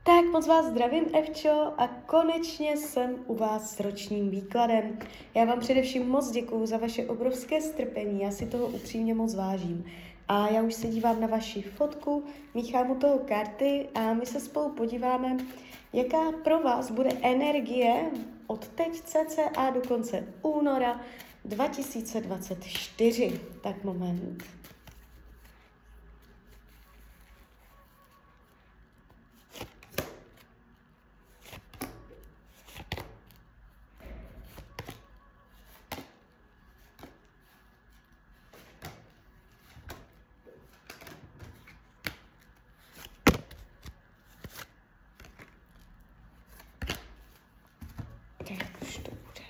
Tak moc vás zdravím, Evčo, a konečně jsem u vás s ročním výkladem. Já vám především moc děkuju za vaše obrovské strpení, já si toho upřímně moc vážím. A já už se dívám na vaši fotku, míchám u toho karty a my se spolu podíváme, jaká pro vás bude energie od teď cca do konce února 2024. Tak moment. Tak už to bude.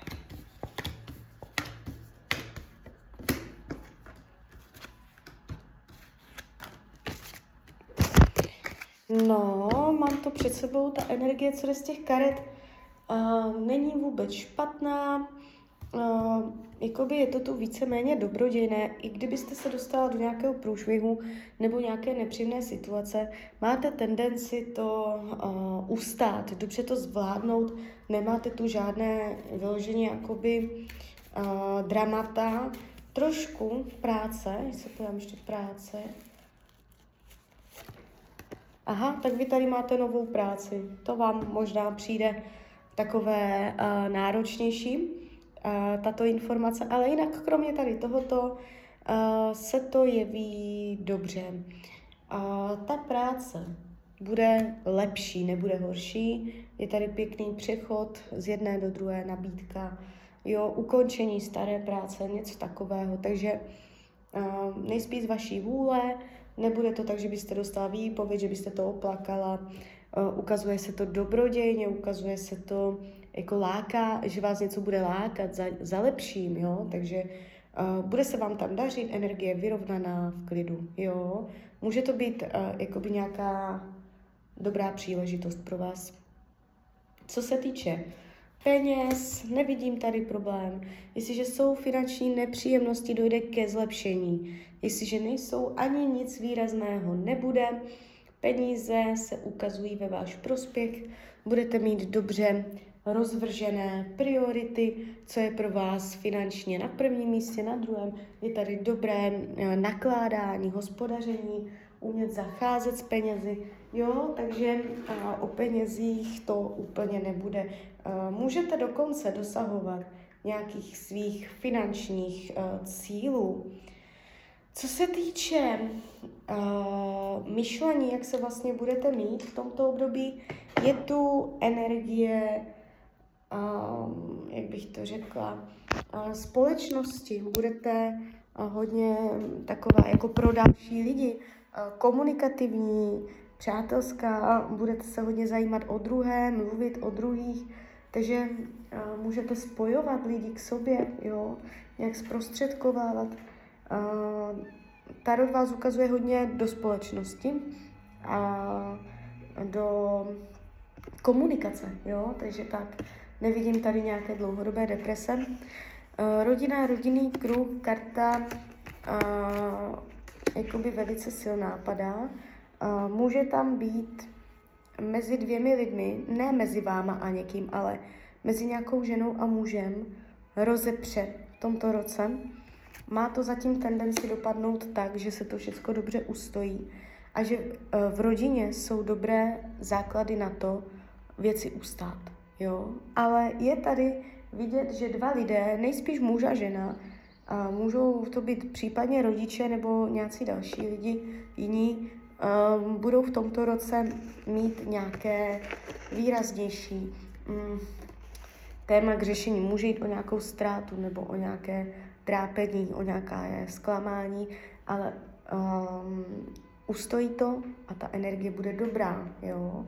No, mám to před sebou, ta energie, co jde z těch karet, není vůbec špatná, jakoby je to tu víceméně dobrodějné, i kdybyste se dostala do nějakého průšvihu nebo nějaké nepříjemné situace, máte tendenci to ustát, dobře to zvládnout, nemáte tu žádné vyloženě jakoby dramata, trošku práce, když se podívám ještě práce. Aha, tak vy tady máte novou práci. To vám možná přijde takové náročnější, tato informace, ale jinak kromě tady tohoto se to jeví dobře. Ta práce bude lepší, nebude horší. Je tady pěkný přechod z jedné do druhé, nabídka, jo, ukončení staré práce, něco takového. Takže nejspíš z vaší vůle, nebude to tak, že byste dostala výpověď, že byste to oplakala. Ukazuje se to dobrodějně, ukazuje se to jako láká, že vás něco bude lákat za lepším, jo, takže bude se vám tam dařit, energie vyrovnaná, v klidu, jo. Může to být jakoby nějaká dobrá příležitost pro vás. Co se týče peněz, nevidím tady problém. Jestliže jsou finanční nepříjemnosti, dojde ke zlepšení. Jestliže nejsou, ani nic výrazného nebude. Peníze se ukazují ve váš prospěch. Budete mít dobře rozvržené priority, co je pro vás finančně na prvním místě, na druhém. Je tady dobré nakládání, hospodaření, umět zacházet s penězi, jo, takže o penězích to úplně nebude. Můžete dokonce dosahovat nějakých svých finančních cílů. Co se týče myšlení, jak se vlastně budete mít v tomto období, je tu energie, jak bych to řekla, společnosti. Budete hodně taková jako pro další lidi, komunikativní, přátelská, budete se hodně zajímat o druhé, mluvit o druhých, takže můžete spojovat lidi k sobě, jo, jak zprostředkovávat. Tarot vás ukazuje hodně do společnosti a do komunikace, jo, takže tak, nevidím tady nějaké dlouhodobé deprese. Rodina, rodinný kruh, karta jakoby velice silná padá. Může tam být mezi dvěmi lidmi, ne mezi váma a někým, ale mezi nějakou ženou a mužem rozepře v tomto roce. Má to zatím tendenci dopadnout tak, že se to všechno dobře ustojí a že v rodině jsou dobré základy na to věci ustát, jo. Ale je tady vidět, že dva lidé, nejspíš muž a žena, můžou to být případně rodiče nebo nějací další lidi, jiní, budou v tomto roce mít nějaké výraznější téma k řešení. Může jít o nějakou ztrátu nebo o nějaké trápení, o nějaké zklamání, ale ustojí to a ta energie bude dobrá, jo.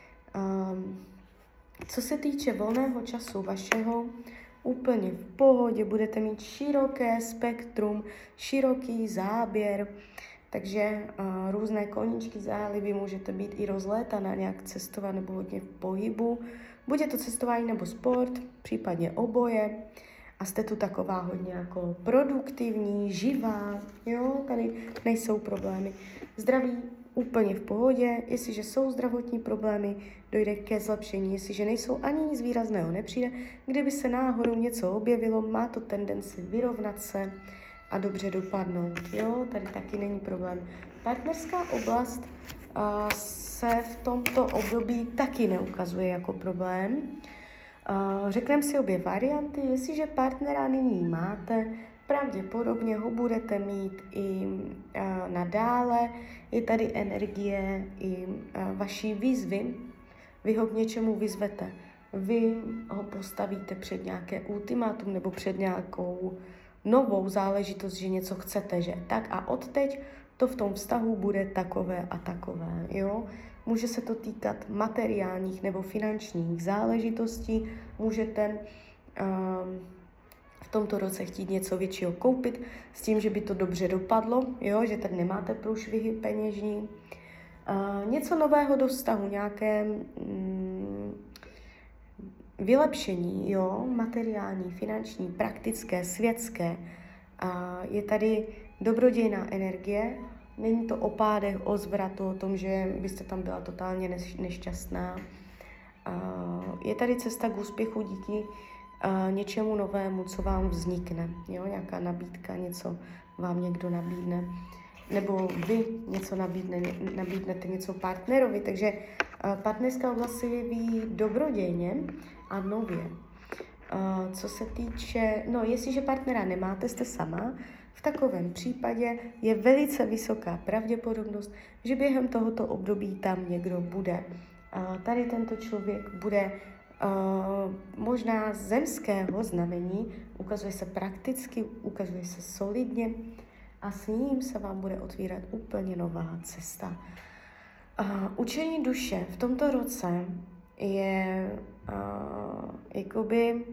Co se týče volného času vašeho, úplně v pohodě, budete mít široké spektrum, široký záběr, takže různé koníčky, zálivy, můžete být i rozlétaná, nějak cestovat nebo hodně v pohybu. Buď je to cestování nebo sport, případně oboje. A jste tu taková hodně jako produktivní, živá, jo, tady nejsou problémy. Zdraví úplně v pohodě, jestliže jsou zdravotní problémy, dojde ke zlepšení, jestliže nejsou, ani nic výrazného nepřijde, kdyby se náhodou něco objevilo, má to tendenci vyrovnat se a dobře dopadnout, jo, tady taky není problém. Partnerská oblast se v tomto období taky neukazuje jako problém. Řekneme si obě varianty, jestliže partnera nyní máte, pravděpodobně ho budete mít i nadále, je tady energie i vaší výzvy, vy ho k něčemu vyzvete, vy ho postavíte před nějaké ultimátum nebo před nějakou novou záležitost, že něco chcete, že tak a odteď to v tom vztahu bude takové a takové, jo. Může se to týkat materiálních nebo finančních záležitostí, můžete v tomto roce chtít něco většího koupit s tím, že by to dobře dopadlo, jo, že tady nemáte průšvihy peněžní. Něco nového do vztahu, nějaké vylepšení, jo, materiální, finanční, praktické, světské. Je tady dobrodějná energie, není to o pádech, o zvratu, o tom, že byste tam byla totálně nešťastná. Je tady cesta k úspěchu díky něčemu novému, co vám vznikne, jo, nějaká nabídka, něco vám někdo nabídne, nebo vy něco nabídnete něco partnerovi, takže partnerská oblast se jeví dobrodějně a nově. Co se týče, jestliže partnera nemáte, jste sama, v takovém případě je velice vysoká pravděpodobnost, že během tohoto období tam někdo bude. Tady tento člověk bude možná zemského znamení, ukazuje se prakticky, ukazuje se solidně a s ním se vám bude otvírat úplně nová cesta. Učení duše v tomto roce je jakoby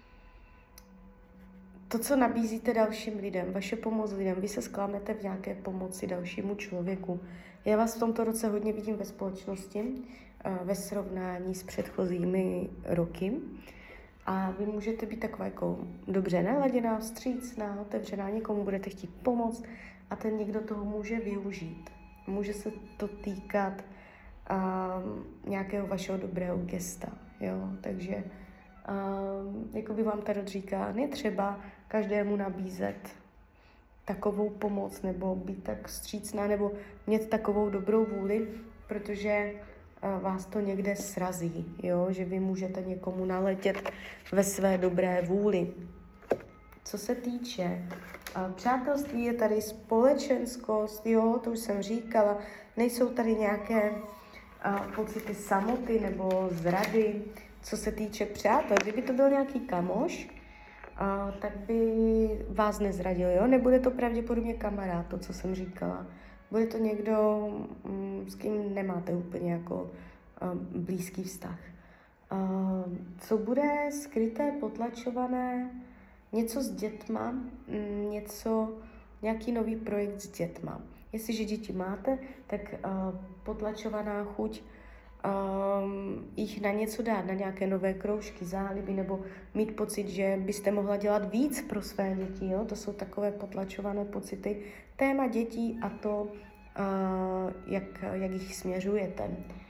to, co nabízíte dalším lidem, vaše pomoc lidem, vy se sklámete v nějaké pomoci dalšímu člověku. Já vás v tomto roce hodně vidím ve společnosti, ve srovnání s předchozími roky. A vy můžete být taková jako dobře naladěná, vstřícná, otevřená, někomu budete chtít pomoct a ten někdo toho může využít. Může se to týkat nějakého vašeho dobrého gesta, jo, takže jako by vám tarot říká, netřeba každému nabízet takovou pomoc nebo být tak vstřícná nebo mít takovou dobrou vůli, protože vás to někde srazí, jo, že vy můžete někomu naletět ve své dobré vůli. Co se týče přátelství, je tady společenskost, jo, to už jsem říkala, nejsou tady nějaké pocity samoty nebo zrady. Co se týče přátel, kdyby to byl nějaký kamoš, tak by vás nezradil, jo? Nebude to pravděpodobně kamarád, to, co jsem říkala. Bude to někdo, s kým nemáte úplně jako blízký vztah. Co bude skryté, potlačované, něco s dětma, nějaký nový projekt s dětma. Jestliže děti máte, tak potlačovaná chuť jich na něco dát, na nějaké nové kroužky, záliby, nebo mít pocit, že byste mohla dělat víc pro své děti, jo? To jsou takové potlačované pocity. Téma dětí a to, jak jich směřujete.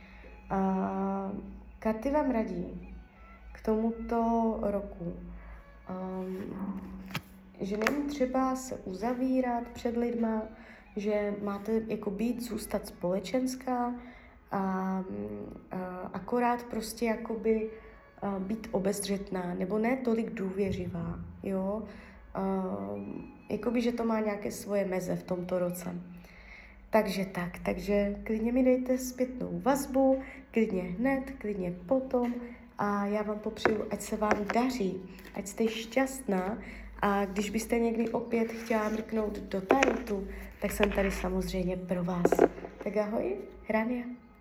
Karty vám radí k tomuto roku, že není třeba se uzavírat před lidma, že máte jako být, zůstat společenská, akorát prostě jakoby být obezřetná, nebo ne tolik důvěřivá, jo. Jakoby, že to má nějaké svoje meze v tomto roce. Takže klidně mi dejte zpětnou vazbu, klidně hned, klidně potom a já vám popřeju, ať se vám daří, ať jste šťastná a když byste někdy opět chtěla mrknout do tarotu, tak jsem tady samozřejmě pro vás. Tak ahoj, Rania.